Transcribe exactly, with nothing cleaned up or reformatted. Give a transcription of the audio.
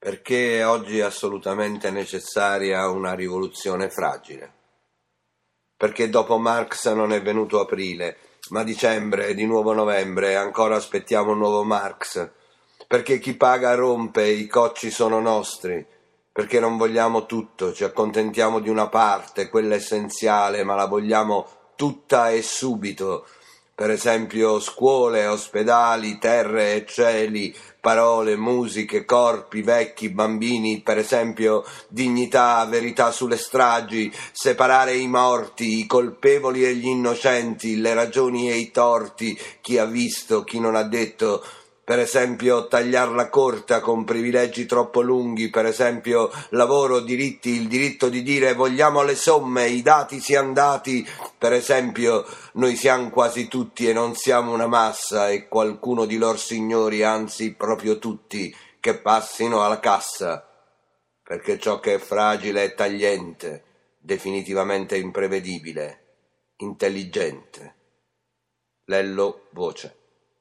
Perché oggi è assolutamente necessaria una rivoluzione fragile. Perché dopo Marx non è venuto aprile, ma dicembre, di nuovo novembre, e ancora aspettiamo un nuovo Marx. Perché chi paga rompe, i cocci sono nostri. Perché non vogliamo tutto, ci accontentiamo di una parte, quella essenziale, ma la vogliamo tutta e subito. Per esempio scuole, ospedali, terre e cieli, parole, musiche, corpi, vecchi, bambini, per esempio dignità, verità sulle stragi, separare i morti, i colpevoli e gli innocenti, le ragioni e i torti, chi ha visto, chi non ha detto. Per esempio tagliarla corta con privilegi troppo lunghi, per esempio lavoro, diritti, il diritto di dire vogliamo le somme, i dati siano dati, per esempio noi siamo quasi tutti e non siamo una massa e qualcuno di lor signori, anzi proprio tutti, che passino alla cassa, perché ciò che è fragile è tagliente, definitivamente imprevedibile, intelligente. Lello Voce.